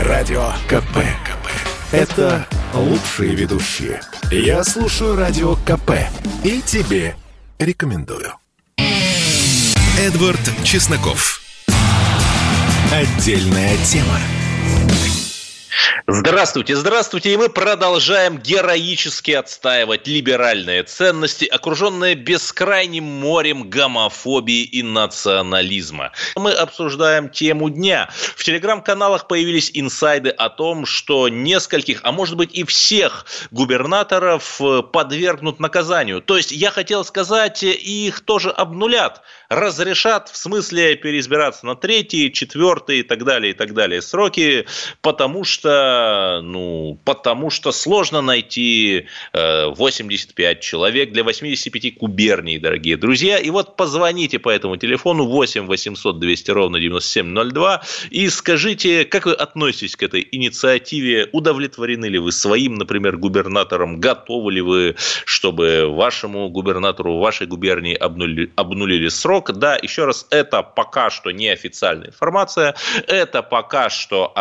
Радио КП. Это лучшие ведущие. Я слушаю Радио КП и тебе рекомендую. Эдвард Чесноков. Отдельная тема. Здравствуйте, здравствуйте, и мы продолжаем героически отстаивать либеральные ценности, окруженные бескрайним морем гомофобии и национализма. Мы обсуждаем тему дня. В телеграм-каналах появились инсайды о том, что нескольких, а может быть и всех губернаторов подвергнут наказанию. То есть, я хотел сказать, их тоже обнулят, разрешат, в смысле переизбираться на 3-й, 4-й и так далее сроки, потому что сложно найти 85 человек для 85 губерний, дорогие друзья. И вот позвоните по этому телефону 8 800 200 ровно 9702 и скажите, как вы относитесь к этой инициативе, удовлетворены ли вы своим, например, губернатором, готовы ли вы, чтобы вашему губернатору, вашей губернии обнулили срок. Да, еще раз, это пока что неофициальная информация, это пока что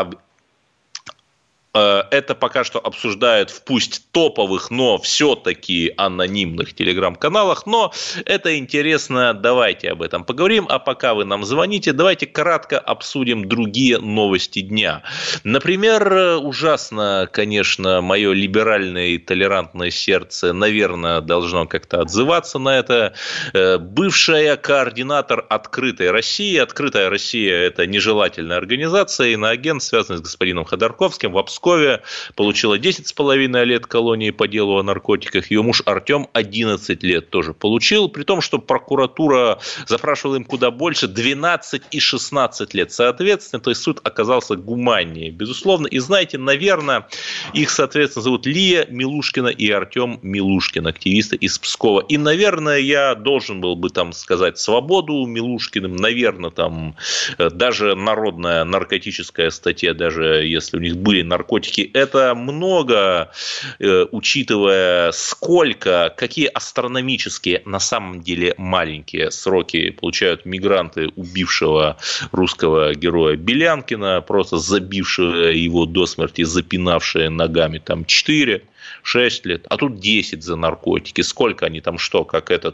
обсуждают в пусть топовых, но все-таки анонимных телеграм-каналах. Но это интересно, давайте об этом поговорим. А пока вы нам звоните, давайте кратко обсудим другие новости дня. Например, ужасно, конечно, мое либеральное и толерантное сердце, наверное, должно как-то отзываться на это. Бывшая координатор «Открытой России». «Открытая Россия» – это нежелательная организация, иноагент, связанный с господином Ходорковским, в Пскове, получила 10,5 лет колонии по делу о наркотиках. Ее муж Артем 11 лет тоже получил, при том, что прокуратура запрашивала им куда больше, 12 и 16 лет соответственно. То есть суд оказался гуманнее, безусловно. И знаете, наверное, их, соответственно, зовут Лия Милушкина и Артем Милушкин, активисты из Пскова. И, наверное, я должен был бы там сказать свободу Милушкиным. Наверное, там даже народная наркотическая статья, даже если у них были наркотики, это много, учитывая какие астрономические, на самом деле маленькие сроки получают мигранты убившего русского героя Белянкина, просто забившего его до смерти, запинавшие ногами там 4-6 лет, а тут 10 за наркотики. Сколько они там, как этот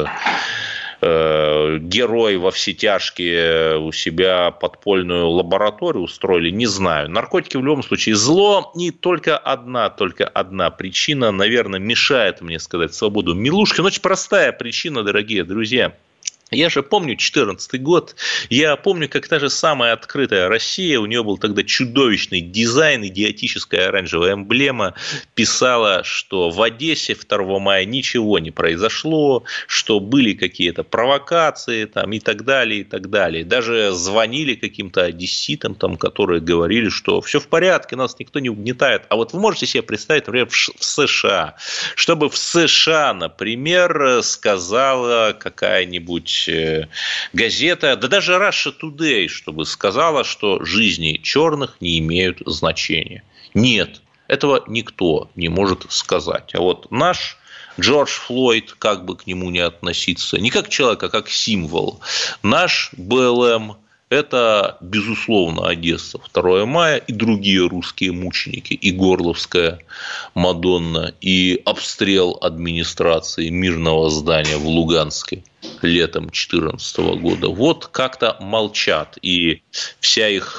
герой во все тяжкие у себя подпольную лабораторию устроили, не знаю. Наркотики в любом случае зло, и только одна причина, наверное, мешает мне сказать свободу Милушкину. Очень простая причина, дорогие друзья. Я же помню 2014 год, я помню, как та же самая «Открытая Россия», у нее был тогда чудовищный дизайн, идиотическая оранжевая эмблема, писала, что в Одессе 2 мая ничего не произошло, что были какие-то провокации там, и так далее, и так далее. Даже звонили каким-то одесситам, там, которые говорили, что все в порядке, нас никто не угнетает. А вот вы можете себе представить, например, в США, чтобы в США, например, сказала какая-нибудь газета, да даже Russia Today, чтобы сказала, что жизни черных не имеют значения. Нет, этого никто не может сказать. А вот наш Джордж Флойд, как бы к нему не относиться, не как человек, а как символ, наш БЛМ – это, безусловно, Одесса, 2 мая и другие русские мученики, и Горловская Мадонна, и обстрел администрации мирного здания в Луганске летом 2014 года. Вот как-то молчат, и вся их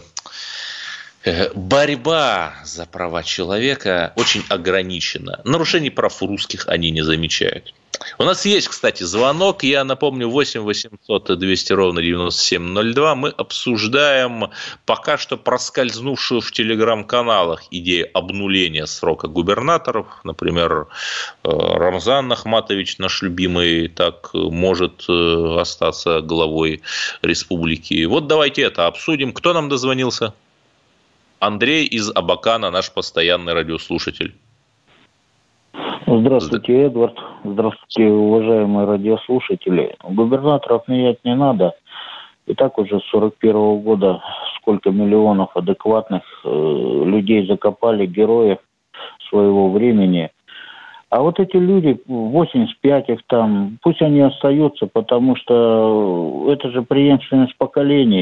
борьба за права человека очень ограничена. Нарушений прав русских они не замечают. У нас есть, кстати, звонок. Я напомню, 8 800 200 ровно 9702. Мы обсуждаем пока что проскользнувшую в телеграм-каналах идею обнуления срока губернаторов. Например, Рамзан Ахматович, наш любимый, так может остаться главой республики. Вот давайте это обсудим. Кто нам дозвонился? Андрей из Абакана, наш постоянный радиослушатель. Здравствуйте, Эдвард. Здравствуйте, уважаемые радиослушатели. Губернаторов менять не надо. И так уже с 41 года сколько миллионов адекватных людей закопали, героев своего времени. А вот эти люди, 85 их там, пусть они остаются, потому что это же преемственность поколений.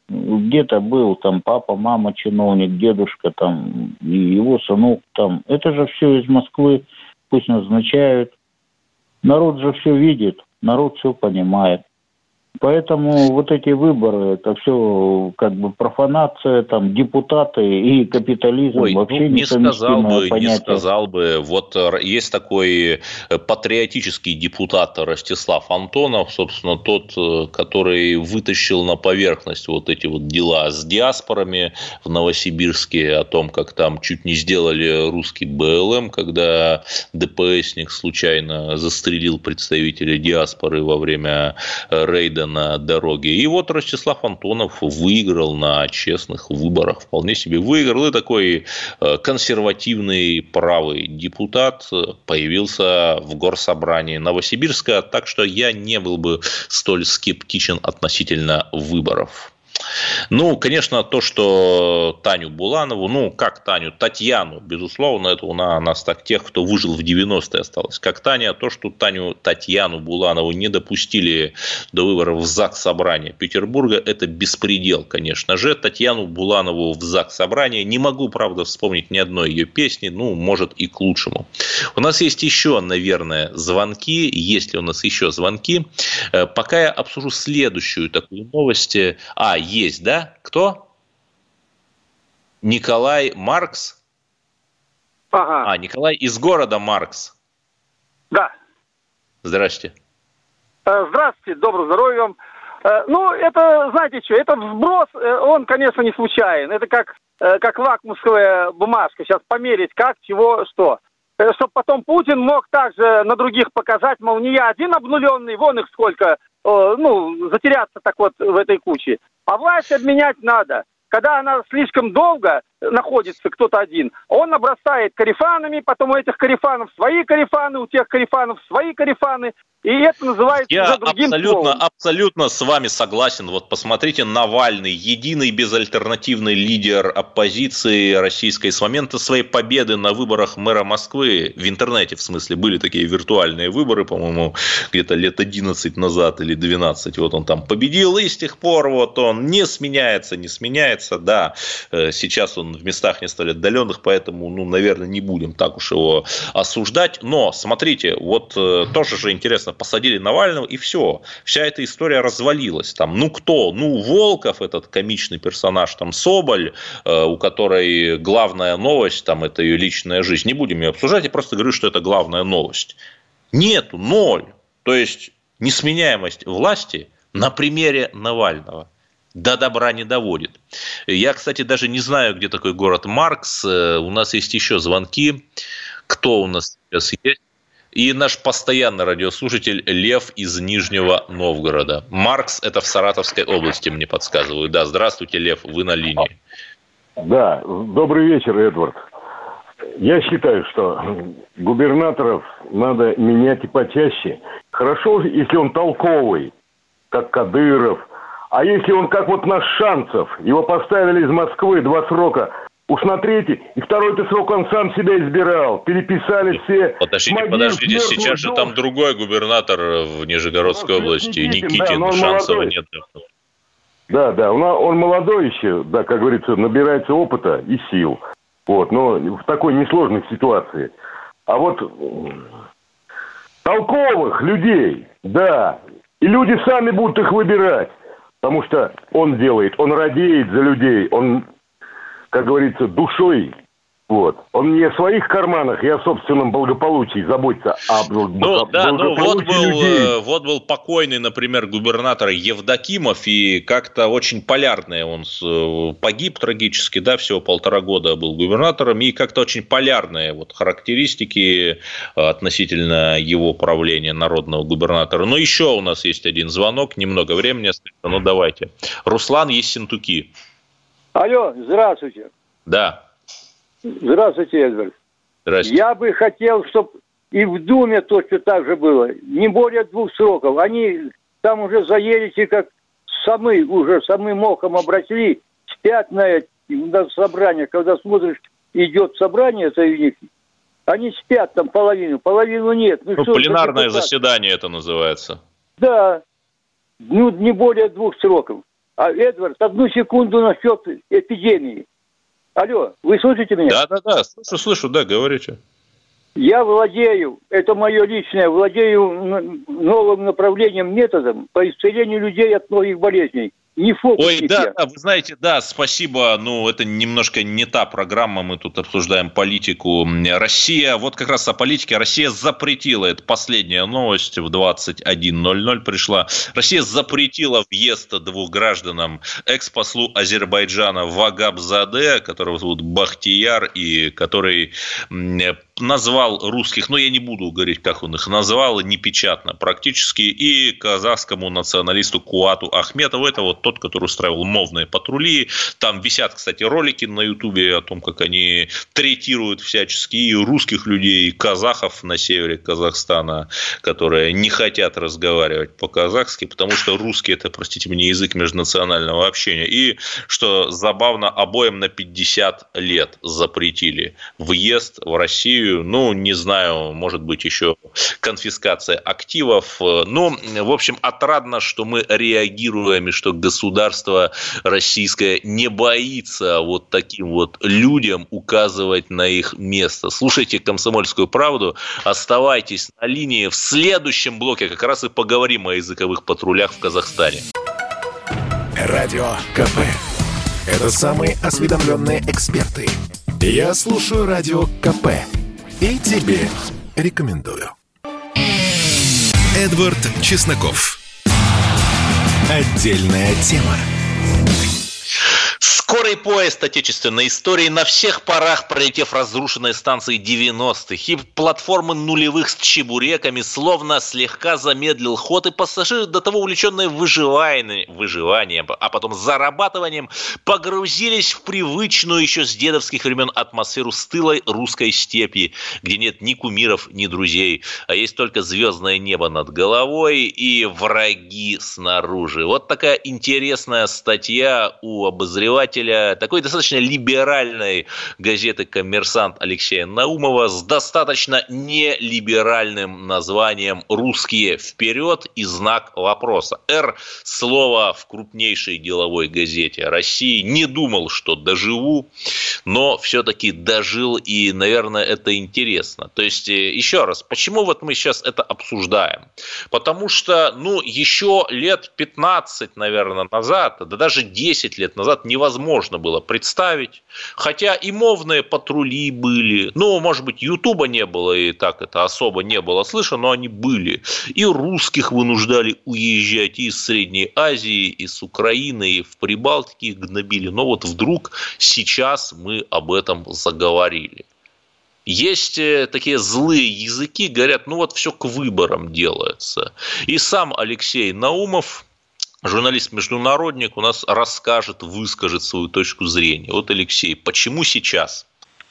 где-то был там папа, мама чиновник, дедушка там, и его сынок там. Это же все из Москвы, пусть назначают. Народ же все видит, народ все понимает. Поэтому вот эти выборы, это все как бы профанация, там, депутаты и капитализм. Ой, вообще не несовместимое понятие. Не сказал бы. Вот есть такой патриотический депутат Ростислав Антонов, собственно, тот, который вытащил на поверхность вот эти вот дела с диаспорами в Новосибирске, о том, как там чуть не сделали русский БЛМ, когда ДПСник случайно застрелил представителя диаспоры во время рейда на дороге. И вот Ростислав Антонов выиграл на честных выборах. Вполне себе выиграл. И такой консервативный правый депутат появился в Горсобрании Новосибирска. Так что я не был бы столь скептичен относительно выборов. Ну, конечно, то, что Таню Буланову, Татьяну, безусловно, это у нас так тех, кто выжил в 90-е осталось. Как Таня, то, что Татьяну Буланову не допустили до выборов в Заксобрание Петербурга, это беспредел, конечно же. Татьяну Буланову в Заксобрание не могу, правда, вспомнить ни одной ее песни, может и к лучшему. У нас есть еще, наверное, звонки. Есть ли у нас еще звонки? Пока я обсужу следующую такую новость. Есть, да? Кто? Николай Маркс? Ага. Николай из города Маркс. Да. Здрасте. Здравствуйте, доброго здоровья вам. Это, знаете что, этот сброс, он, конечно, не случайен. Это как лакмусовая бумажка. Сейчас померить, как, чего, что. Чтобы потом Путин мог также на других показать, мол, не я один обнуленный, вон их сколько, затеряться так вот в этой куче. А власть обменять надо. Когда она слишком долго находится, кто-то один, он обрастает корефанами, потом у этих корефанов свои корефаны, у тех корефанов свои корефаны, и это называется Я уже другим словом. абсолютно с вами согласен. Вот посмотрите, Навальный, единый безальтернативный лидер оппозиции российской с момента своей победы на выборах мэра Москвы, в интернете, в смысле, были такие виртуальные выборы, по-моему, где-то лет 11 назад или 12, вот он там победил, и с тех пор вот он не сменяется, да, сейчас он в местах не столь отдаленных, поэтому, наверное, не будем так уж его осуждать, но, смотрите, вот тоже же интересно, посадили Навального, и все. Вся эта история развалилась. Там, кто? Волков, этот комичный персонаж, там, Соболь, у которой главная новость, там, это ее личная жизнь. Не будем ее обсуждать, я просто говорю, что это главная новость. Нету, ноль. То есть, несменяемость власти на примере Навального до добра не доводит. Я, кстати, даже не знаю, где такой город Маркс. У нас есть еще звонки. Кто у нас сейчас есть? И наш постоянный радиослушатель Лев из Нижнего Новгорода. Маркс, это в Саратовской области, мне подсказывают. Да, здравствуйте, Лев, вы на линии. Да, добрый вечер, Эдвард. Я считаю, что губернаторов надо менять и почаще. Хорошо, если он толковый, как Кадыров. А если он как вот наш Шанцев, его поставили из Москвы 2 срока, уж на 3-й, и 2-й срок он сам себя избирал. Переписали все. Подождите, сейчас же там другой губернатор в Нижегородской области, Никитин, да, Шанцева нет. Да, он молодой еще, да, как говорится, набирается опыта и сил. Вот, но в такой несложной ситуации. А вот толковых людей, да, и люди сами будут их выбирать. Потому что он радеет за людей, он, как говорится, душой. Вот. Он не о своих карманах и о собственном благополучии заботится, а благополучии людей. Вот был покойный, например, губернатор Евдокимов, и как-то очень полярный он погиб трагически, да, всего 1,5 года был губернатором, и как-то очень полярные вот характеристики относительно его правления народного губернатора. Но еще у нас есть один звонок, немного времени остается, давайте. Руслан Ессентуки. Алло, здравствуйте. Да. Здравствуйте, Эдвард. Здравствуйте. Я бы хотел, чтобы и в Думе точно так же было. Не более 2 сроков. Они там уже заелись, как самы мохом обросли, спят на собраниях. Когда смотришь, идет собрание, это у них, они спят там половину нет. Пленарное заседание это называется. Да. Не более 2 сроков. Эдвард, одну секунду насчет эпидемии. Алло, вы слышите меня? Да, слышу, да, говорите. Я владею, это мое личное, владею новым направлением, методом по исцелению людей от многих болезней. Не фокусник. Ой, да, вы знаете, да, спасибо, это немножко не та программа, мы тут обсуждаем политику. Россия, вот как раз о политике, Россия запретила, это последняя новость, в 21:00 пришла, Россия запретила въезд двух гражданам, экс-послу Азербайджана Вагабзаде, которого зовут Бахтияр, и который назвал русских, я не буду говорить, как он их назвал, непечатно практически, и казахскому националисту Куату Ахметову, это вот тот, который устраивал мовные патрули, там висят, кстати, ролики на Ютубе о том, как они третируют всячески и русских людей, и казахов на севере Казахстана, которые не хотят разговаривать по-казахски, потому что русский – это, простите меня, язык межнационального общения, и, что забавно, обоим на 50 лет запретили въезд в Россию. Не знаю, может быть, еще конфискация активов. В общем, отрадно, что мы реагируем, и что государство российское не боится вот таким вот людям указывать на их место. Слушайте «Комсомольскую правду», оставайтесь на линии. В следующем блоке как раз и поговорим о языковых патрулях в Казахстане. Радио КП. Это самые осведомленные эксперты. Я слушаю Радио КП. И тебе рекомендую. Эдвард Чесноков. Отдельная тема. Скорый поезд отечественной истории, на всех парах пролетев разрушенные станции 90-х и платформы нулевых с чебуреками, словно слегка замедлил ход, и пассажиры, до того увлеченные выживанием, а потом зарабатыванием, погрузились в привычную еще с дедовских времен атмосферу стылой русской степи, где нет ни кумиров, ни друзей, а есть только звездное небо над головой и враги снаружи. Вот такая интересная статья у обозревателя такой достаточно либеральной газеты «Коммерсант» Алексея Наумова с достаточно нелиберальным названием «Русские вперед» и знак вопроса. «Р» слово в крупнейшей деловой газете России. Не думал, что доживу, но все-таки дожил, и, наверное, это интересно. То есть, еще раз, почему вот мы сейчас это обсуждаем? Потому что, еще лет 15, наверное, назад, да даже 10 лет назад невозможно было представить, хотя и мовные патрули были, может быть, Ютуба не было, и так это особо не было слышно, но они были, и русских вынуждали уезжать и из Средней Азии, и с Украины, и в Прибалтике их гнобили, но вот вдруг сейчас мы об этом заговорили. Есть такие злые языки, говорят, все к выборам делается, и сам Алексей Наумов, журналист-международник, у нас расскажет, выскажет свою точку зрения. Вот, Алексей, почему сейчас?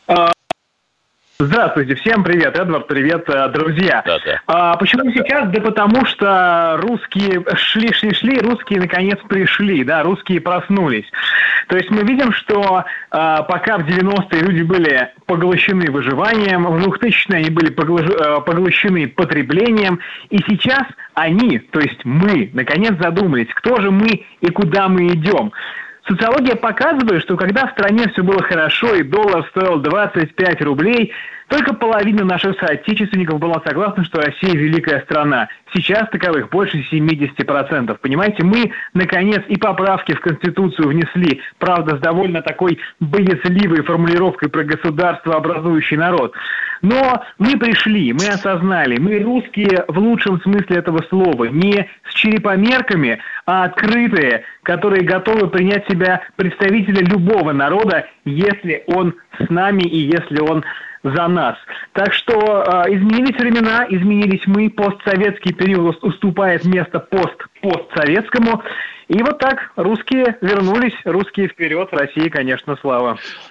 Здравствуйте, всем привет, Эдвард, привет, друзья. Да. Почему сейчас? Да потому что русские шли, русские наконец пришли, русские проснулись. То есть мы видим, что пока в 90-е люди были поглощены выживанием, в 2000-е они были поглощены потреблением, и сейчас они, то есть мы, наконец задумались, кто же мы и куда мы идем. Социология показывает, что когда в стране все было хорошо и доллар стоил 25 рублей, только половина наших соотечественников была согласна, что Россия великая страна. Сейчас таковых больше 70%. Понимаете, мы, наконец, и поправки в Конституцию внесли, правда, с довольно такой боязливой формулировкой про государствообразующий народ. Но мы пришли, мы осознали, мы русские в лучшем смысле этого слова, не с черепомерками, а открытые, которые готовы принять в себя представителя любого народа, если он с нами и если он за нас. Так что изменились времена, изменились мы, постсоветский период уступает место постсоветскому. И вот так русские вернулись, русские вперед, России, конечно, слава.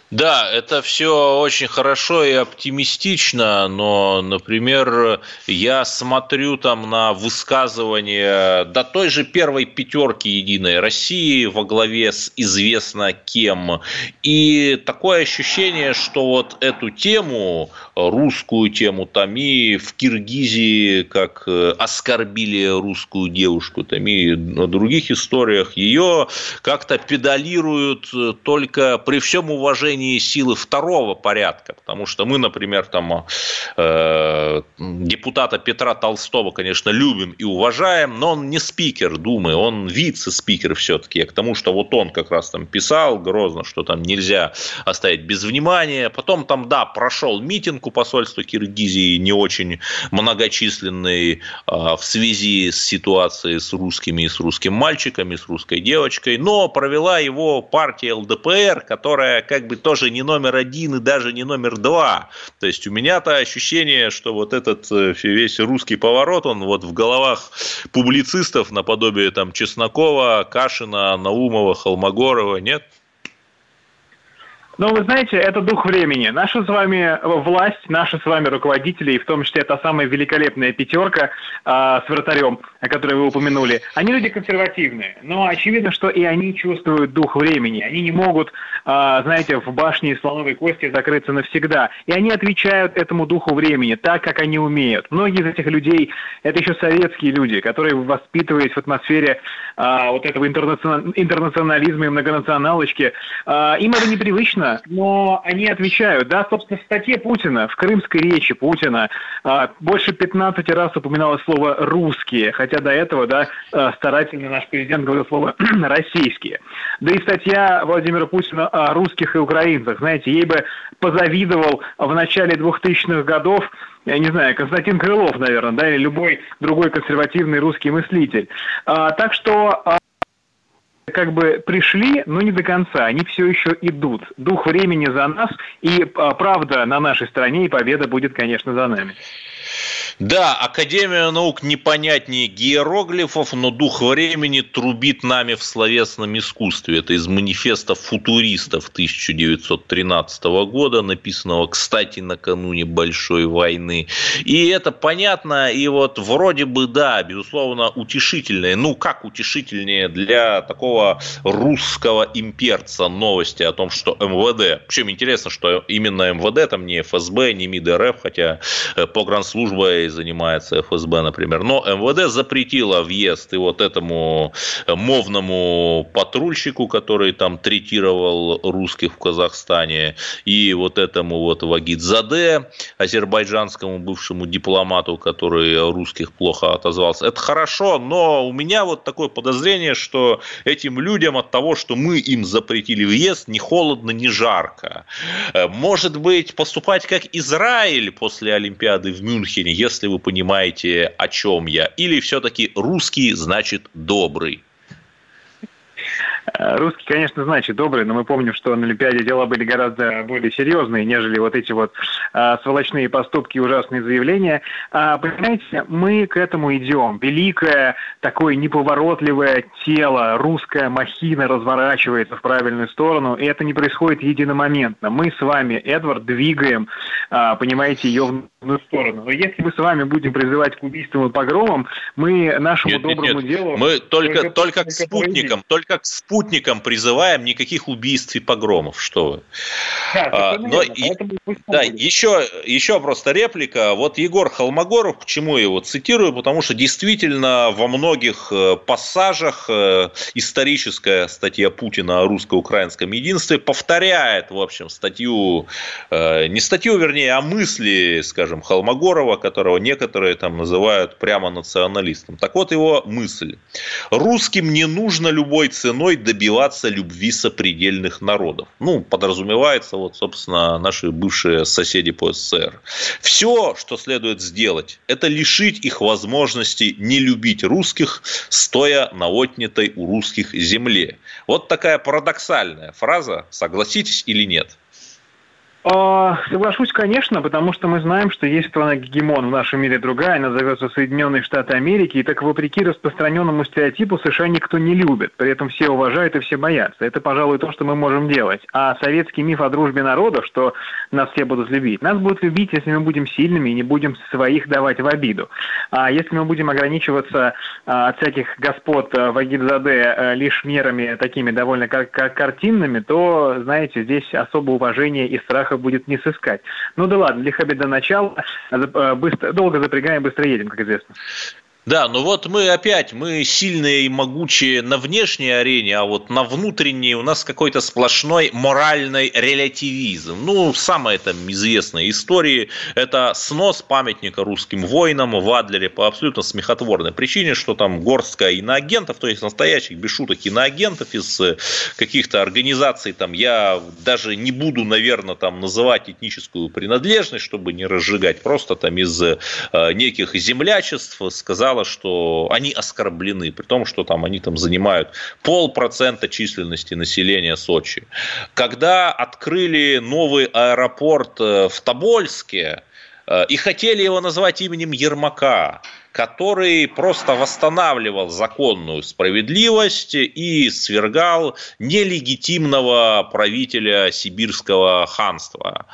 Да, это все очень хорошо и оптимистично, но, например, я смотрю там на высказывания до той же первой пятерки «Единой России» во главе с известно кем, и такое ощущение, что вот эту тему, русскую тему Томи, в Киргизии как оскорбили русскую девушку Томи, на других историях ее как-то педалируют только при всем уважении силы второго порядка, потому что мы, например, там депутата Петра Толстого, конечно, любим и уважаем, но он не спикер Думы, он вице-спикер все-таки, к тому, что вот он как раз там писал грозно, что там нельзя оставить без внимания, потом там, да, прошел митинг у посольства Киргизии, не очень многочисленный в связи с ситуацией с русскими и с русским мальчиком, и с русской девочкой, но провела его партия ЛДПР, которая как бы тоже не номер один и даже не номер два. То есть у меня-то ощущение, что вот этот весь русский поворот, он вот в головах публицистов наподобие там Чеснокова, Кашина, Наумова, Холмогорова, нет? Ну, вы знаете, это дух времени. Наша с вами власть, наши с вами руководители, и в том числе та самая великолепная пятерка с вратарем, о которой вы упомянули, они люди консервативные. Но очевидно, что и они чувствуют дух времени. Они не могут, знаете, в башне из слоновой кости закрыться навсегда. И они отвечают этому духу времени так, как они умеют. Многие из этих людей – это еще советские люди, которые воспитывались в атмосфере вот этого интернационализма и многонационалочки. Им это непривычно. Но они отвечают, да, собственно, в статье Путина, в крымской речи Путина больше 15 раз упоминалось слово «русские», хотя до этого, да, старательно наш президент говорил слово «российские». Да и статья Владимира Путина о русских и украинцах, знаете, ей бы позавидовал в начале 2000-х годов, я не знаю, Константин Крылов, наверное, да, или любой другой консервативный русский мыслитель. Так что как бы пришли, но не до конца, они все еще идут. Дух времени за нас, и правда на нашей стороне, и победа будет, конечно, за нами. Да, Академия наук непонятнее иероглифов, но дух времени трубит нами в словесном искусстве. Это из манифеста футуристов 1913 года, написанного, кстати, накануне Большой войны. И это понятно, и вот вроде бы, да, безусловно, утешительное. Ну, как утешительнее для такого русского имперца новости о том, что МВД, причем интересно, что именно МВД, там не ФСБ, не МИД РФ, хотя погранслужбой занимается ФСБ, например, но МВД запретило въезд и вот этому мовному патрульщику, который там третировал русских в Казахстане, и вот этому вот Вагидзаде, азербайджанскому бывшему дипломату, который о русских плохо отозвался. Это хорошо, но у меня вот такое подозрение, что этим людям от того, что мы им запретили въезд, ни холодно, ни жарко. Может быть, поступать как Израиль после Олимпиады в Мюнхене, если вы понимаете, о чем я, или все-таки русский значит добрый? Русский, конечно, значит добрый, но мы помним, что на Олимпиаде дела были гораздо более серьезные, нежели вот эти вот сволочные поступки и ужасные заявления. Понимаете, мы к этому идем. Великое, такое неповоротливое тело, русская махина разворачивается в правильную сторону, и это не происходит единомоментно. Мы с вами, Эдвард, двигаем, понимаете, ее в нужную сторону. Но если мы с вами будем призывать к убийствам и погромам, мы нашему доброму делу... Мы только к спутникам, только к спутникам призываем, никаких убийств и погромов, что вы. Да, еще просто реплика. Вот Егор Холмогоров, почему я его цитирую, потому что действительно во многих пассажах историческая статья Путина о русско-украинском единстве повторяет, в общем, статью, не статью, вернее, а мысли, скажем, Холмогорова, которого некоторые там называют прямо националистом. Так вот его мысль. Русским не нужно любой ценой добиваться любви сопредельных народов. Ну, подразумевается, вот, собственно, наши бывшие соседи по СССР. Все, что следует сделать, это лишить их возможности не любить русских, стоя на отнятой у русских земле. Вот такая парадоксальная фраза, согласитесь или нет? Соглашусь, конечно, потому что мы знаем, что есть страна-гегемон в нашем мире другая, она зовется Соединенные Штаты Америки, и так вопреки распространенному стереотипу США никто не любит, при этом все уважают и все боятся. Это, пожалуй, то, что мы можем делать. А советский миф о дружбе народов, что нас все будут любить, нас будут любить, если мы будем сильными и не будем своих давать в обиду. А если мы будем ограничиваться от всяких господ Вагидзаде лишь мерами такими довольно картинными, то, знаете, здесь особо уважения и страха будет не сыскать. Ну да ладно, лиха беда начала, долго запрягаем, быстро едем, как известно. Да, ну вот мы сильные и могучие на внешней арене, а вот на внутренней у нас какой-то сплошной моральный релятивизм. Ну, самая там известная история – это снос памятника русским воинам в Адлере по абсолютно смехотворной причине, что там горстка иноагентов, то есть настоящих, без шуток, иноагентов из каких-то организаций, там я даже не буду, наверное, там называть этническую принадлежность, чтобы не разжигать, просто там из неких землячеств сказал, что они оскорблены, при том, что там они там занимают 0,5% численности населения Сочи. Когда открыли новый аэропорт в Тобольске и хотели его назвать именем Ермака, который просто восстанавливал законную справедливость и свергал нелегитимного правителя сибирского ханства,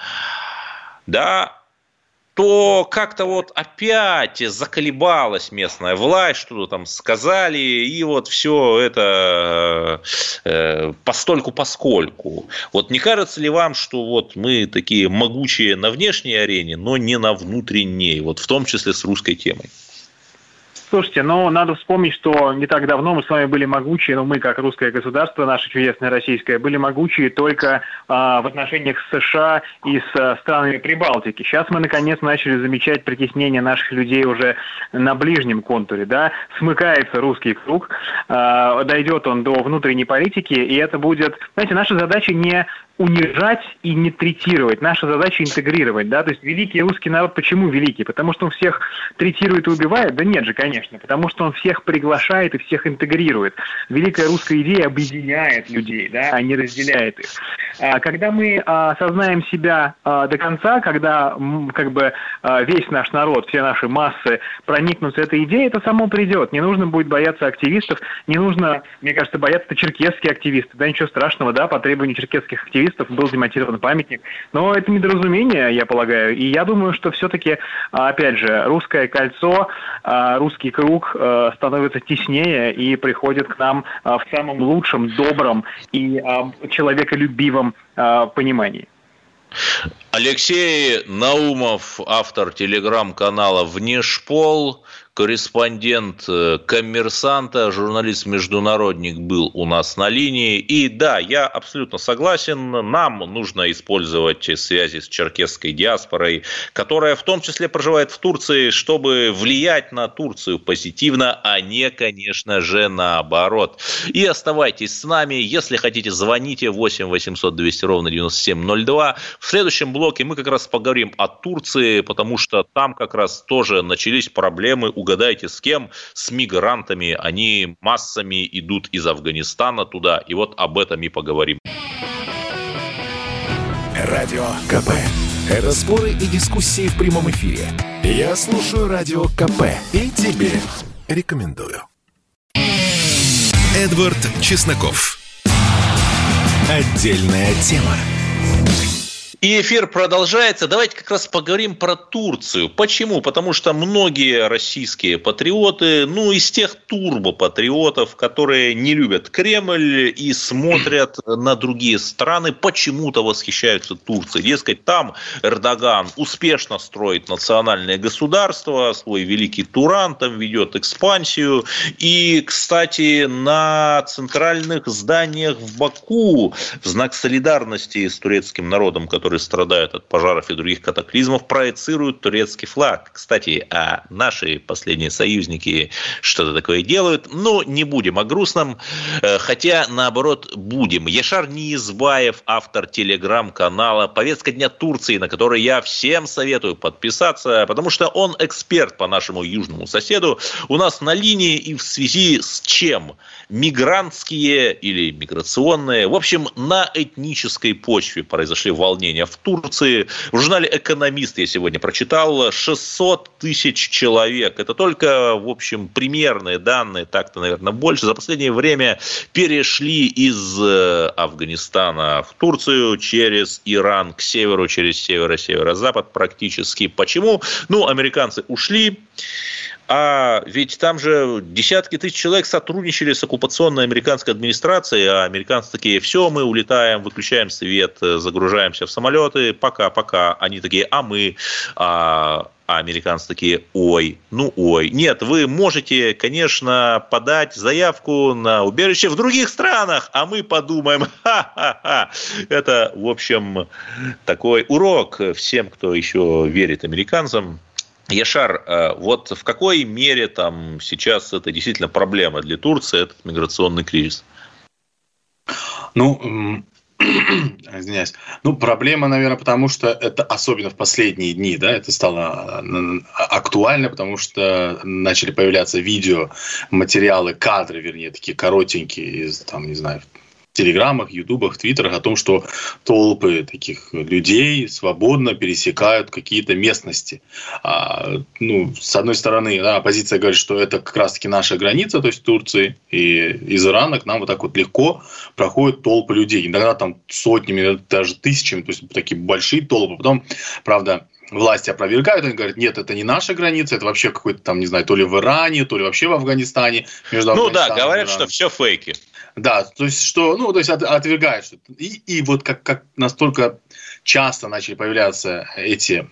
да, то как-то вот опять заколебалась местная власть, что-то там сказали, и вот все это постольку-поскольку. Вот не кажется ли вам, что вот мы такие могучие на внешней арене, но не на внутренней, вот в том числе с русской темой? Слушайте, надо вспомнить, что не так давно мы с вами были могучие, мы как русское государство, наше чудесное российское, были могучие только в отношениях с США и с странами Прибалтики. Сейчас мы наконец начали замечать притеснение наших людей уже на ближнем контуре, да, смыкается русский круг, дойдет он до внутренней политики, и это будет, знаете, наша задача не унижать и не третировать. Наша задача интегрировать, да, то есть великий русский народ, почему великий? Потому что он всех третирует и убивает? Да нет же, конечно, потому что он всех приглашает и всех интегрирует. Великая русская идея объединяет людей, да, а не разделяет их. Когда мы осознаем себя до конца, когда как бы весь наш народ, все наши массы проникнутся этой идеей, это само придет. Не нужно будет бояться активистов, не нужно, мне кажется, бояться черкесские активисты, да, ничего страшного, да, по требованию черкесских активистов был демонтирован памятник. Но это недоразумение, я полагаю. И я думаю, что все-таки, опять же, русское кольцо, русский круг становится теснее и приходит к нам в самом лучшем, добром и человеколюбивом понимании. Алексей Наумов, автор телеграм-канала «Внешпол», корреспондент «Коммерсанта», журналист-международник был у нас на линии. И да, я абсолютно согласен, нам нужно использовать связи с черкесской диаспорой, которая в том числе проживает в Турции, чтобы влиять на Турцию позитивно, а не, конечно же, наоборот. И оставайтесь с нами, если хотите, звоните 8 800 200 ровно 9702. В следующем блоке мы как раз поговорим о Турции, потому что там как раз тоже начались проблемы. Угадайте, с кем? С мигрантами. Они массами идут из Афганистана туда. И вот об этом и поговорим. Радио КП. Это споры и дискуссии в прямом эфире. Я слушаю Радио КП и тебе рекомендую. Эдвард Чесноков. Отдельная тема. И эфир продолжается. Давайте как раз поговорим про Турцию. Почему? Потому что многие российские патриоты, из тех турбопатриотов, которые не любят Кремль и смотрят на другие страны, почему-то восхищаются Турцией. Дескать, там Эрдоган успешно строит национальное государство, свой великий Туран, там ведет экспансию. И, кстати, на центральных зданиях в Баку в знак солидарности с турецким народом, который страдают от пожаров и других катаклизмов, проецируют турецкий флаг. Кстати, а наши последние союзники что-то такое делают. Не будем о грустном, хотя, наоборот, будем. Яшар Ниязбаев, автор телеграм-канала «Повестка дня Турции», на который я всем советую подписаться, потому что он эксперт по нашему южному соседу. У нас на линии и в связи с чем? Мигрантские или миграционные, в общем, на этнической почве произошли волнения населения в Турции. В журнале «Экономист» я сегодня прочитал 600 тысяч человек. Это только, в общем, примерные данные, так-то, наверное, больше. За последнее время перешли из Афганистана в Турцию через Иран к северу, через северо-северо-запад практически. Почему? Ну, американцы ушли. А ведь там же десятки тысяч человек сотрудничали с оккупационной американской администрацией, а американцы такие: все, мы улетаем, выключаем свет, загружаемся в самолеты, пока. Они такие: а мы... А американцы такие: ой. Нет, вы можете, конечно, подать заявку на убежище в других странах, а мы подумаем. Это, в общем, такой урок всем, кто еще верит американцам. Яшар, вот в какой мере там сейчас это действительно проблема для Турции, этот миграционный кризис? Извиняюсь. Проблема, наверное, потому что это особенно в последние дни, да, это стало актуально, потому что начали появляться видеоматериалы, кадры, вернее, такие коротенькие, из, там, не знаю, в телеграммах, ютубах, твиттерах о том, что толпы таких людей свободно пересекают какие-то местности. С одной стороны, оппозиция говорит, что это как раз-таки наша граница, то есть Турции, и из Ирана к нам вот так вот легко проходят толпы людей. Иногда там сотнями, даже тысячами, то есть такие большие толпы. Потом, правда, власти опровергают, они говорят: нет, это не наша граница, это вообще какой-то там, не знаю, то ли в Иране, то ли вообще в Афганистане. Говорят, что все фейки. Да, то есть отвергают что-то. И вот как настолько часто начали появляться эти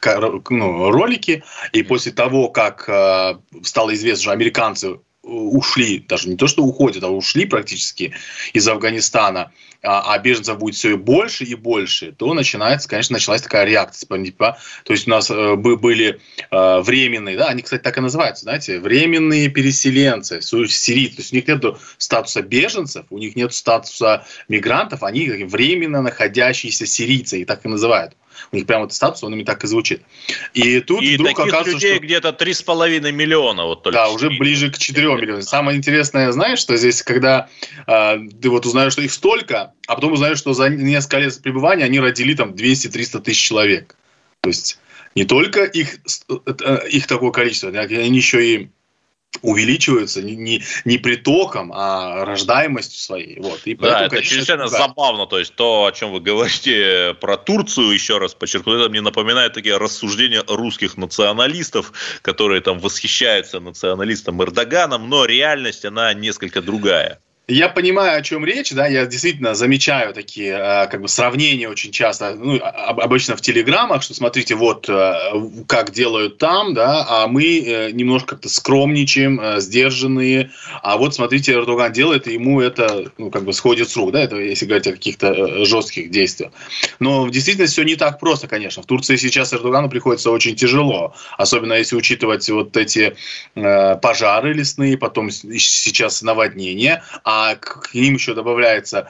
ролики, и после того, как стало известно, что американцы ушли, даже не то, что уходят, а ушли практически из Афганистана, а беженцев будет все больше и больше, то началась такая реакция. То есть у нас были временные, они, кстати, так и называются, знаете, временные переселенцы, сирийцы. То есть у них нет статуса беженцев, у них нет статуса мигрантов, они временно находящиеся сирийцы, и так и называют. У них прямо этот статус, он ими так и звучит. И тут вдруг таких оказывается, людей где-то 3,5 миллиона. Вот только да, уже ближе к 4 миллионам. Самое интересное, знаешь, что здесь, когда ты вот узнаешь, что их столько, а потом узнаешь, что за несколько лет пребывания они родили там 200-300 тысяч человек. То есть не только их такое количество, они еще и увеличиваются не притоком, а рождаемостью своей. Вот. И поэтому, это чрезвычайно забавно. То есть то, о чем вы говорите про Турцию, еще раз подчеркну, это мне напоминает такие рассуждения русских националистов, которые там восхищаются националистом Эрдоганом, но реальность, она несколько другая. Я понимаю, о чем речь, да, я действительно замечаю такие сравнения очень часто, обычно в телеграммах, что смотрите, вот как делают там, да, а мы немножко как-то скромничаем, сдержанные, а вот смотрите, Эрдоган делает, и ему это сходит с рук, да, это если говорить о каких-то жестких действиях. Но в действительности все не так просто, конечно. В Турции сейчас Эрдогану приходится очень тяжело, особенно если учитывать вот эти пожары лесные, потом сейчас наводнения, а к ним еще добавляются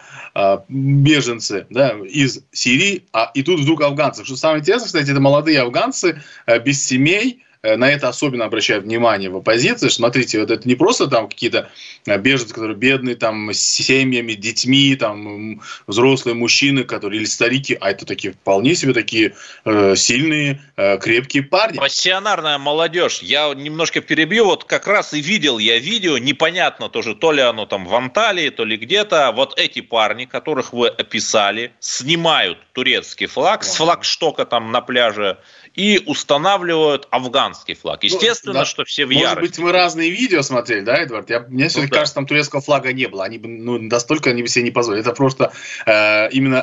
беженцы, да, из Сирии, и тут вдруг афганцы. Что самое интересное, кстати, это молодые афганцы без семей. На это особенно обращают внимание в оппозиции. Смотрите, вот это не просто там какие-то беженцы, которые бедные, там, с семьями, детьми, там, взрослые мужчины, которые, или старики, а это такие вполне себе такие сильные, крепкие парни. Пассионарная молодежь. Я немножко перебью, вот как раз и видел я видео, непонятно тоже, то ли оно там в Анталии, то ли где-то, вот эти парни, которых вы описали, снимают турецкий флаг с флагштока там на пляже и устанавливают афганский флаг. Естественно, что все в ярости. Может быть, мы разные видео смотрели, да, Эдвард? Мне все-таки кажется, там турецкого флага не было. Они бы, настолько они бы себе не позволили. Это просто именно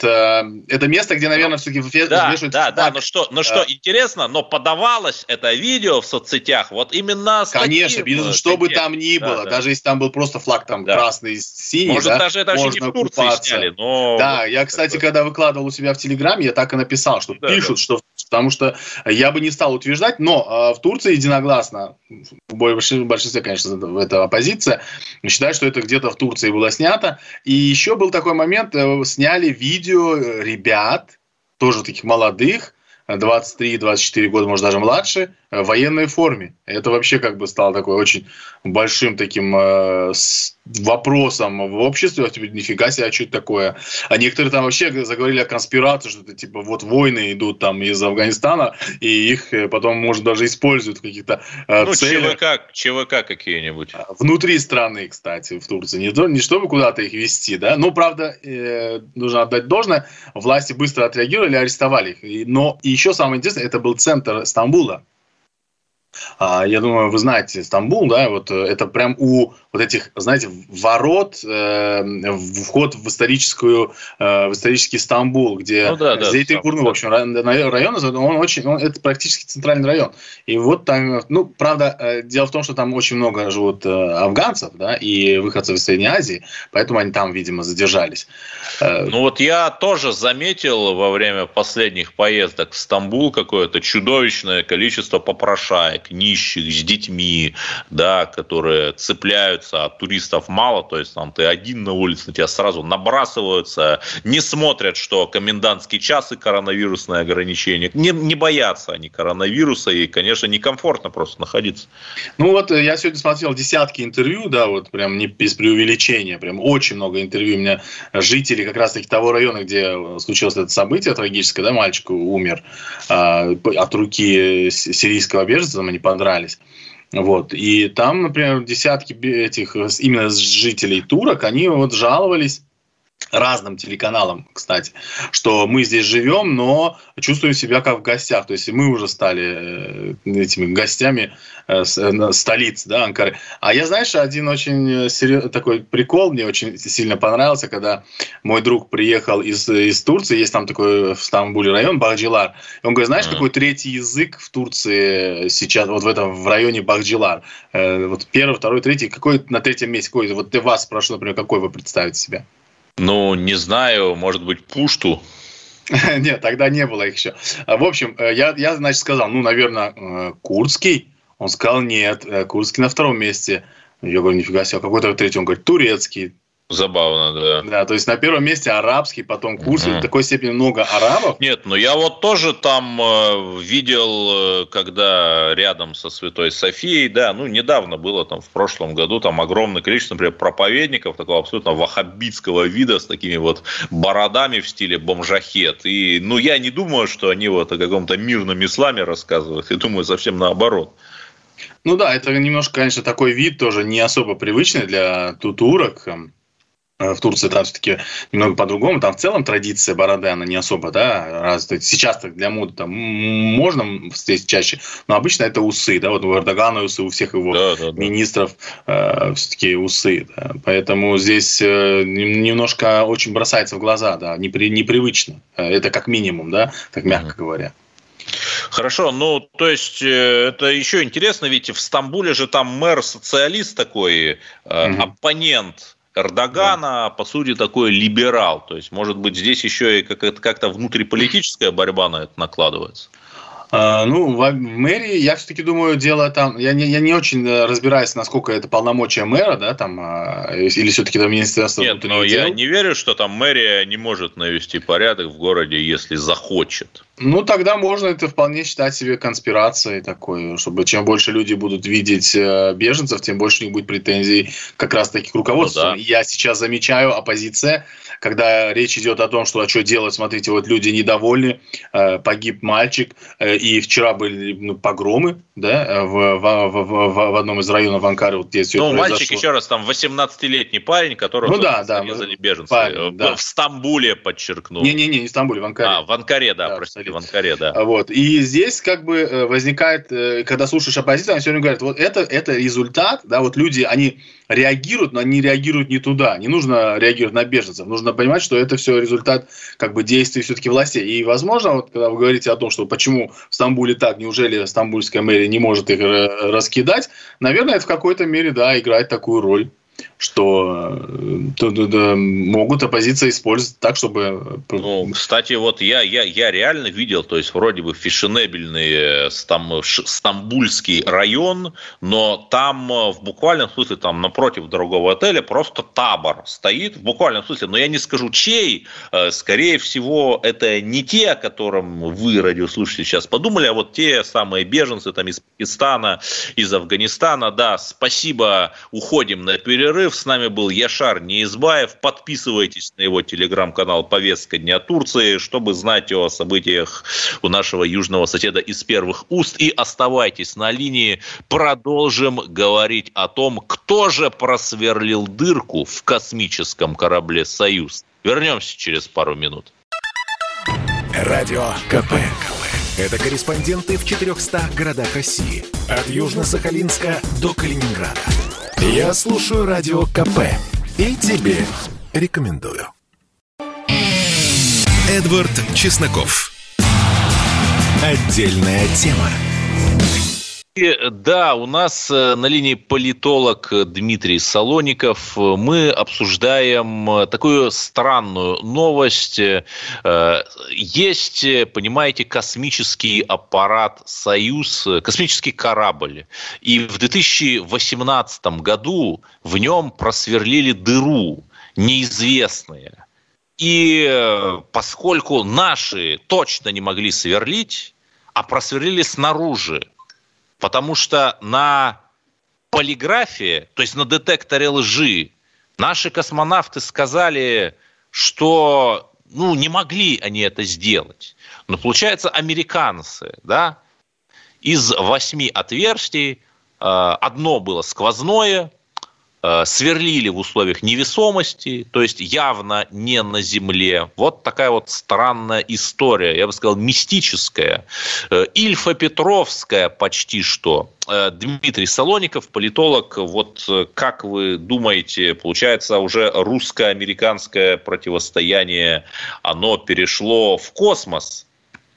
это место, где, наверное, все-таки вешают флаг. Да, но что интересно, но подавалось это видео в соцсетях вот именно с конечно, таким, что бы там ни было, даже если там был просто флаг там красный, синий, может, даже это вообще не в Турции сняли, но... Да, я, кстати, когда выкладывал у себя в Телеграме, я так и написал, что пишут, что потому что я бы не стал утверждать, но в Турции единогласно, в большинстве, конечно, это оппозиция, считают, что это где-то в Турции было снято. И еще был такой момент, сняли видео ребят, тоже таких молодых, 23-24 года, может, даже младше, военной форме. Это вообще как бы стало такой очень большим таким вопросом в обществе. Нифига себе, а что это такое? А некоторые там вообще заговорили о конспирации, что это типа вот войны идут там из Афганистана, и их потом, может, даже используют в каких-то целях. ЧВК какие-нибудь. Внутри страны, кстати, в Турции. Не чтобы куда-то их везти, да. Но, правда, нужно отдать должное, власти быстро отреагировали, арестовали их. Но еще самое интересное, это был центр Стамбула. Я думаю, вы знаете Стамбул, да, вот это прям у вот этих, знаете, ворот, вход в исторический Стамбул, где Зейтинбурну, в общем, район, это практически центральный район. И вот там, ну, правда, дело в том, что там очень много живут афганцев, да, и выходцев из Средней Азии, поэтому они там, видимо, задержались. Ну вот я тоже заметил во время последних поездок в Стамбул какое-то чудовищное количество попрошаек, нищих с детьми, да, которые цепляются, а туристов мало, то есть там ты один на улице, на тебя сразу набрасываются, не смотрят, что комендантский час и коронавирусные ограничения, не боятся они коронавируса, и, конечно, некомфортно просто находиться. Ну вот я сегодня смотрел десятки интервью, да, вот прям не без преувеличения, прям очень много интервью у меня жителей как раз-таки того района, где случилось это событие трагическое, да, мальчик умер от руки сирийского беженца, они подрались. Вот. И там, например, десятки этих именно жителей турок, они вот жаловались разным телеканалам, кстати, что мы здесь живем, но чувствуем себя как в гостях. То есть мы уже стали этими гостями столицы, да, Анкары. А я, знаешь, один очень такой прикол мне очень сильно понравился, когда мой друг приехал из Турции, есть там такой в Стамбуле район Бахчелар. И он говорит, знаешь, какой третий язык в Турции сейчас, вот в районе Бахчелар? Вот первый, второй, третий. Какой на третьем месте? Какой? Вот я вас спрошу, например, какой вы представите себе? Ну, не знаю, может быть, пушту? Нет, тогда не было их еще. В общем, я значит, сказал, ну, наверное, курдский. Он сказал, нет, курдский на втором месте. Я говорю, нифига себе, какой-то третий. Он говорит, турецкий. Забавно, да. Да, то есть на первом месте арабский, потом курдский. В такой степени много арабов. Нет, ну я вот тоже там видел, когда рядом со Святой Софией, да, ну недавно было там в прошлом году, там огромное количество, например, проповедников такого абсолютно ваххабитского вида с такими вот бородами в стиле бомжахет. И, ну, я не думаю, что они вот о каком-то мирном исламе рассказывают. Я думаю, совсем наоборот. Ну да, это немножко, конечно, такой вид тоже не особо привычный для турок. В Турции там все-таки немного по-другому. Там в целом традиция бороды, она не особо, да, развита. Сейчас-то для моды там можно встретить чаще, но обычно это усы, да, вот у Эрдогана усы, у всех его министров все-таки усы. Да. Поэтому здесь немножко очень бросается в глаза, да, непривычно. Это как минимум, да, так мягко говоря. Хорошо, ну, то есть, это еще интересно, ведь в Стамбуле же там мэр-социалист такой, оппонент Эрдогана, по сути, такой либерал. То есть, может быть, здесь еще и как-то внутриполитическая борьба на это накладывается? Ну, в мэрии, я все-таки думаю, дело там... Я не очень разбираюсь, насколько это полномочия мэра, да, там, или все-таки там Министерство внутренних дел. Нет, но я не верю, что там мэрия не может навести порядок в городе, если захочет. Ну, тогда можно это вполне считать себе конспирацией такой, чтобы чем больше люди будут видеть беженцев, тем больше у них будет претензий как раз-таки к руководству. Ну, да. Я сейчас замечаю оппозиция, когда речь идет о том, что делать, смотрите, вот люди недовольны, погиб мальчик, и вчера были погромы, да, в одном из районов Анкары, вот, где все это произошло. Мальчик, еще раз, там 18-летний парень, которого зарезали беженцы. Парень, да. В Стамбуле, подчеркну. Не в Стамбуле, в Анкаре. В Анкаре, да, простите. В Анкаре, да. Вот. И здесь как бы возникает, когда слушаешь оппозицию, они все время говорят, вот это результат, да, вот люди, они реагируют, но они реагируют не туда. Не нужно реагировать на беженцев. Нужно понимать, что это все результат как бы действий все-таки властей. И, возможно, вот когда вы говорите о том, что почему в Стамбуле так, неужели стамбульская мэрия не может их раскидать, наверное, это в какой-то мере, да, играет такую роль. что могут оппозиция использовать так, чтобы... Ну, кстати, вот я реально видел, то есть вроде бы фешенебельный стамбульский район, но там в буквальном смысле там напротив дорогого отеля просто табор стоит, в буквальном смысле, но я не скажу чей, скорее всего, это не те, о котором вы, радиослушатели, сейчас подумали, а вот те самые беженцы там из Пакистана, из Афганистана. Да, спасибо, уходим на перерыв. С нами был Яшар Неизбаев. Подписывайтесь на его телеграм-канал «Повестка дня Турции», чтобы знать о событиях у нашего южного соседа из первых уст. И оставайтесь на линии. Продолжим говорить о том, кто же просверлил дырку в космическом корабле «Союз». Вернемся через пару минут. Радио КП. Это корреспонденты в 400 городах России. От Южно-Сахалинска до Калининграда. Я слушаю Радио КП. И тебе рекомендую. Эдвард Чесноков. Отдельная тема. Да, у нас на линии политолог Дмитрий Солоников. Мы обсуждаем такую странную новость. Есть, понимаете, космический аппарат «Союз», космический корабль. И в 2018 году в нем просверлили дыру, неизвестные. И поскольку наши точно не могли сверлить, а просверлили снаружи, потому что на полиграфе, то есть на детекторе лжи, наши космонавты сказали, что не могли они это сделать. Но получается, американцы, да, из 8 отверстий одно было сквозное, сверлили в условиях невесомости, то есть явно не на Земле. Вот такая вот странная история, я бы сказал, мистическая, Ильфа-Петровская почти что. Дмитрий Солоников, политолог. Вот как вы думаете, получается, уже русско-американское противостояние, оно перешло в космос?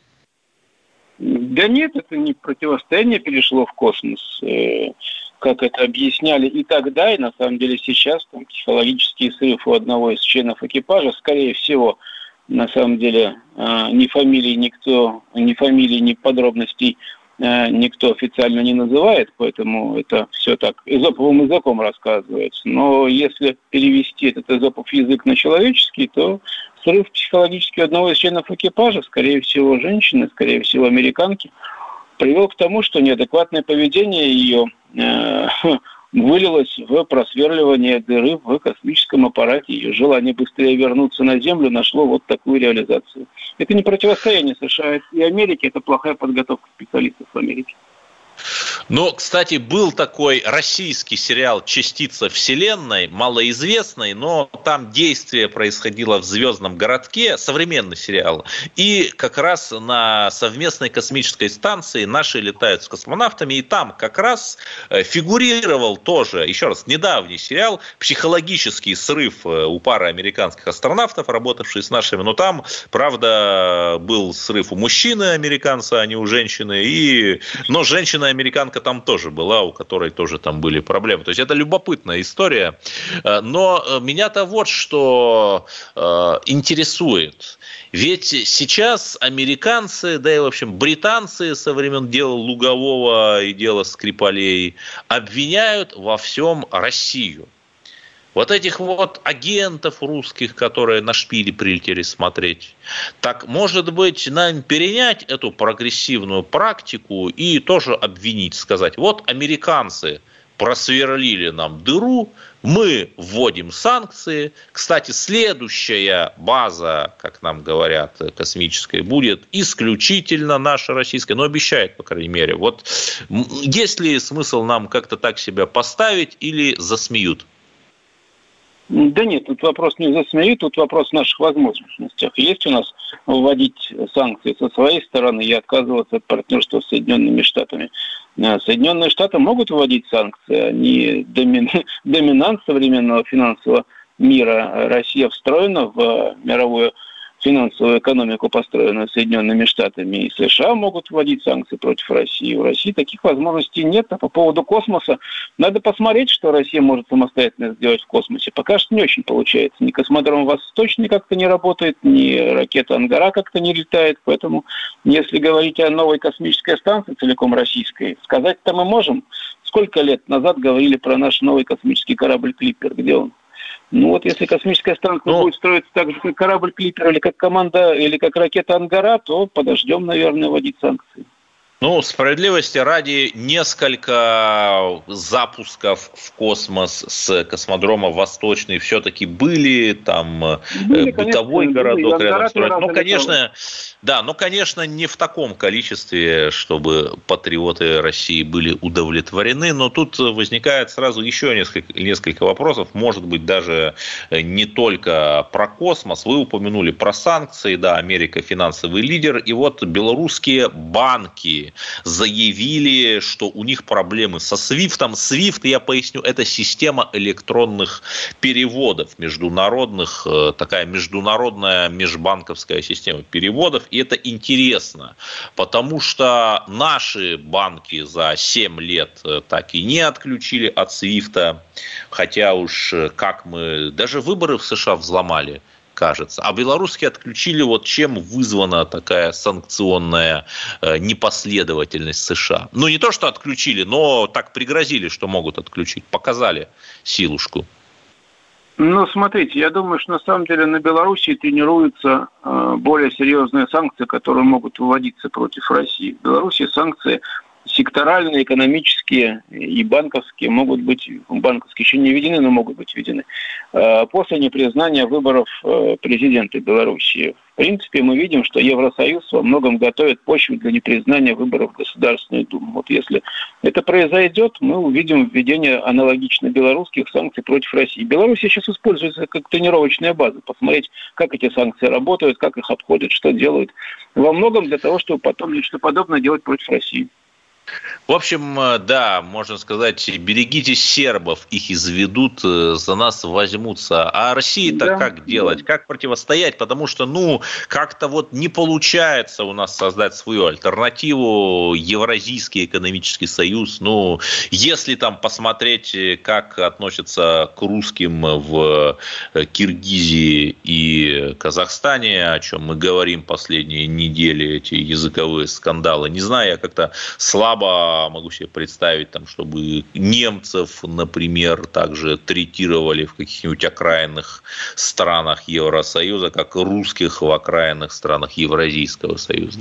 Да нет, это не противостояние перешло в космос. Как это объясняли и тогда, и на самом деле сейчас, там, психологический срыв у одного из членов экипажа, скорее всего, на самом деле, ни фамилии, ни подробностей никто официально не называет, поэтому это все так эзоповым языком рассказывается. Но если перевести этот эзопов язык на человеческий, то срыв психологический у одного из членов экипажа, скорее всего, женщины, скорее всего, американки, привел к тому, что неадекватное поведение ее вылилось в просверливание дыры в космическом аппарате. Ее желание быстрее вернуться на Землю нашло вот такую реализацию. Это не противостояние США и Америки, это плохая подготовка специалистов в Америке. Но, кстати, был такой российский сериал «Частица Вселенной», малоизвестный, но там действие происходило в звездном городке, современный сериал. И как раз на совместной космической станции наши летают с космонавтами, и там как раз фигурировал тоже, еще раз, недавний сериал, психологический срыв у пары американских астронавтов, работавших с нашими. Но там, правда, был срыв у мужчины американца, а не у женщины. Но женщина-американка там тоже была, у которой тоже там были проблемы. То есть это любопытная история. Но меня-то вот что интересует. Ведь сейчас американцы, да и, в общем, британцы со времен дела Лугового и дела Скрипалей обвиняют во всем Россию. Вот этих вот агентов русских, которые на шпиле прилетели смотреть. Так, может быть, нам перенять эту прогрессивную практику и тоже обвинить, сказать, вот американцы просверлили нам дыру, мы вводим санкции. Кстати, следующая база, как нам говорят, космическая, будет исключительно наша российская, но обещает, по крайней мере. Вот есть ли смысл нам как-то так себя поставить или засмеют? Да нет, тут вопрос не засмеют, тут вопрос в наших возможностях. Есть у нас вводить санкции со своей стороны и отказываться от партнерства с Соединенными Штатами. Соединенные Штаты могут вводить санкции, они доминант современного финансового мира. Россия встроена в мировую финансовую экономику, построенную Соединенными Штатами, и США могут вводить санкции против России. У России таких возможностей нет. А по поводу космоса, надо посмотреть, что Россия может самостоятельно сделать в космосе. Пока что не очень получается. Ни космодром Восточный как-то не работает, ни ракета «Ангара» как-то не летает. Поэтому, если говорить о новой космической станции, целиком российской, сказать-то мы можем. Сколько лет назад говорили про наш новый космический корабль «Клиппер»? Где он? Ну вот если космическая станция будет строиться так же, как корабль «Клиппер» или как команда, или как ракета «Ангара», то подождем, наверное, вводить санкции. Ну, справедливости ради, несколько запусков в космос с космодрома Восточный все-таки были, там бытовой конечно, городок рядом строить. Ну, конечно, да, но, конечно, не в таком количестве, чтобы патриоты России были удовлетворены, но тут возникает сразу еще несколько вопросов, может быть, даже не только про космос. Вы упомянули про санкции, да, Америка финансовый лидер, и вот белорусские банки заявили, что у них проблемы со SWIFT. SWIFT, я поясню, это система электронных переводов международных, такая международная межбанковская система переводов. И это интересно, потому что наши банки за 7 лет так и не отключили от SWIFT, хотя уж как мы даже выборы в США взломали, кажется. А белорусские отключили, вот чем вызвана такая санкционная непоследовательность США. Ну, не то, что отключили, но так пригрозили, что могут отключить. Показали силушку. Ну, смотрите, я думаю, что на самом деле на Белоруссии тренируются более серьезные санкции, которые могут вводиться против России. В Беларуси санкции секторальные, экономические и банковские могут быть, банковские еще не введены, но могут быть введены, после непризнания выборов президента Белоруссии. В принципе, мы видим, что Евросоюз во многом готовит почву для непризнания выборов в Государственную Думу. Вот если это произойдет, мы увидим введение аналогично белорусских санкций против России. Беларусь сейчас используется как тренировочная база, посмотреть, как эти санкции работают, как их обходят, что делают. Во многом для того, чтобы потом нечто подобное делать против России. В общем, да, можно сказать, берегите сербов, их изведут, за нас возьмутся. А России-то да, как делать, как противостоять? Потому что, как-то вот не получается у нас создать свою альтернативу, Евразийский экономический союз. Если там посмотреть, как относятся к русским в Киргизии и Казахстане, о чем мы говорим последние недели, эти языковые скандалы, не знаю, я как-то слабо могу себе представить, чтобы немцев, например, также третировали в каких-нибудь окраинных странах Евросоюза, как русских в окраинных странах Евразийского союза.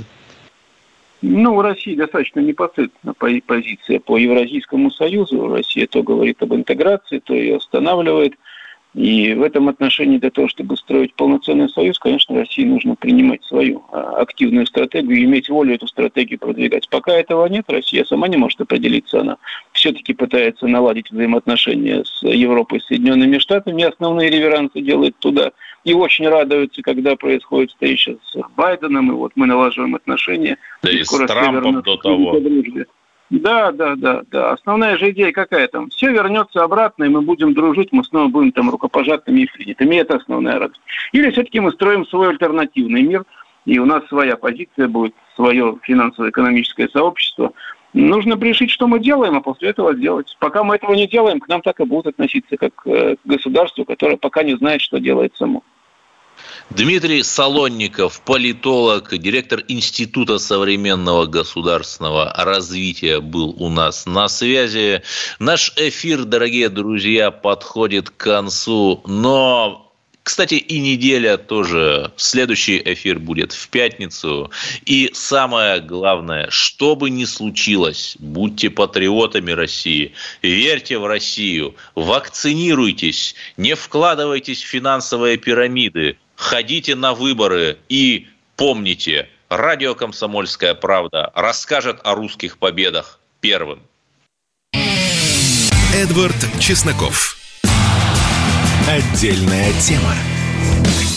У России достаточно непосредственно позиция по Евразийскому союзу. Россия то говорит об интеграции, то ее останавливает. И в этом отношении для того, чтобы строить полноценный союз, конечно, России нужно принимать свою активную стратегию и иметь волю эту стратегию продвигать. Пока этого нет, Россия сама не может определиться. Она все-таки пытается наладить взаимоотношения с Европой, с Соединенными Штатами, основные реверансы делает туда. И очень радуется, когда происходит встреча с Байденом, и вот мы налаживаем отношения. Да и с Трампом до того. Да. Основная же идея какая там? Все вернется обратно, и мы будем дружить, мы снова будем там рукопожатными и принятыми. Это основная радость. Или все-таки мы строим свой альтернативный мир, и у нас своя позиция будет, свое финансово-экономическое сообщество. Нужно решить, что мы делаем, а после этого сделать. Пока мы этого не делаем, к нам так и будут относиться, как к государству, которое пока не знает, что делает само. Дмитрий Солонников, политолог, директор Института современного государственного развития, был у нас на связи. Наш эфир, дорогие друзья, подходит к концу, но, кстати, и неделя тоже. Следующий эфир будет в пятницу. И самое главное, что бы ни случилось, будьте патриотами России, верьте в Россию, вакцинируйтесь, не вкладывайтесь в финансовые пирамиды, ходите на выборы и помните, радио «Комсомольская правда» расскажет о русских победах первым. Эдвард Чесноков. Отдельная тема.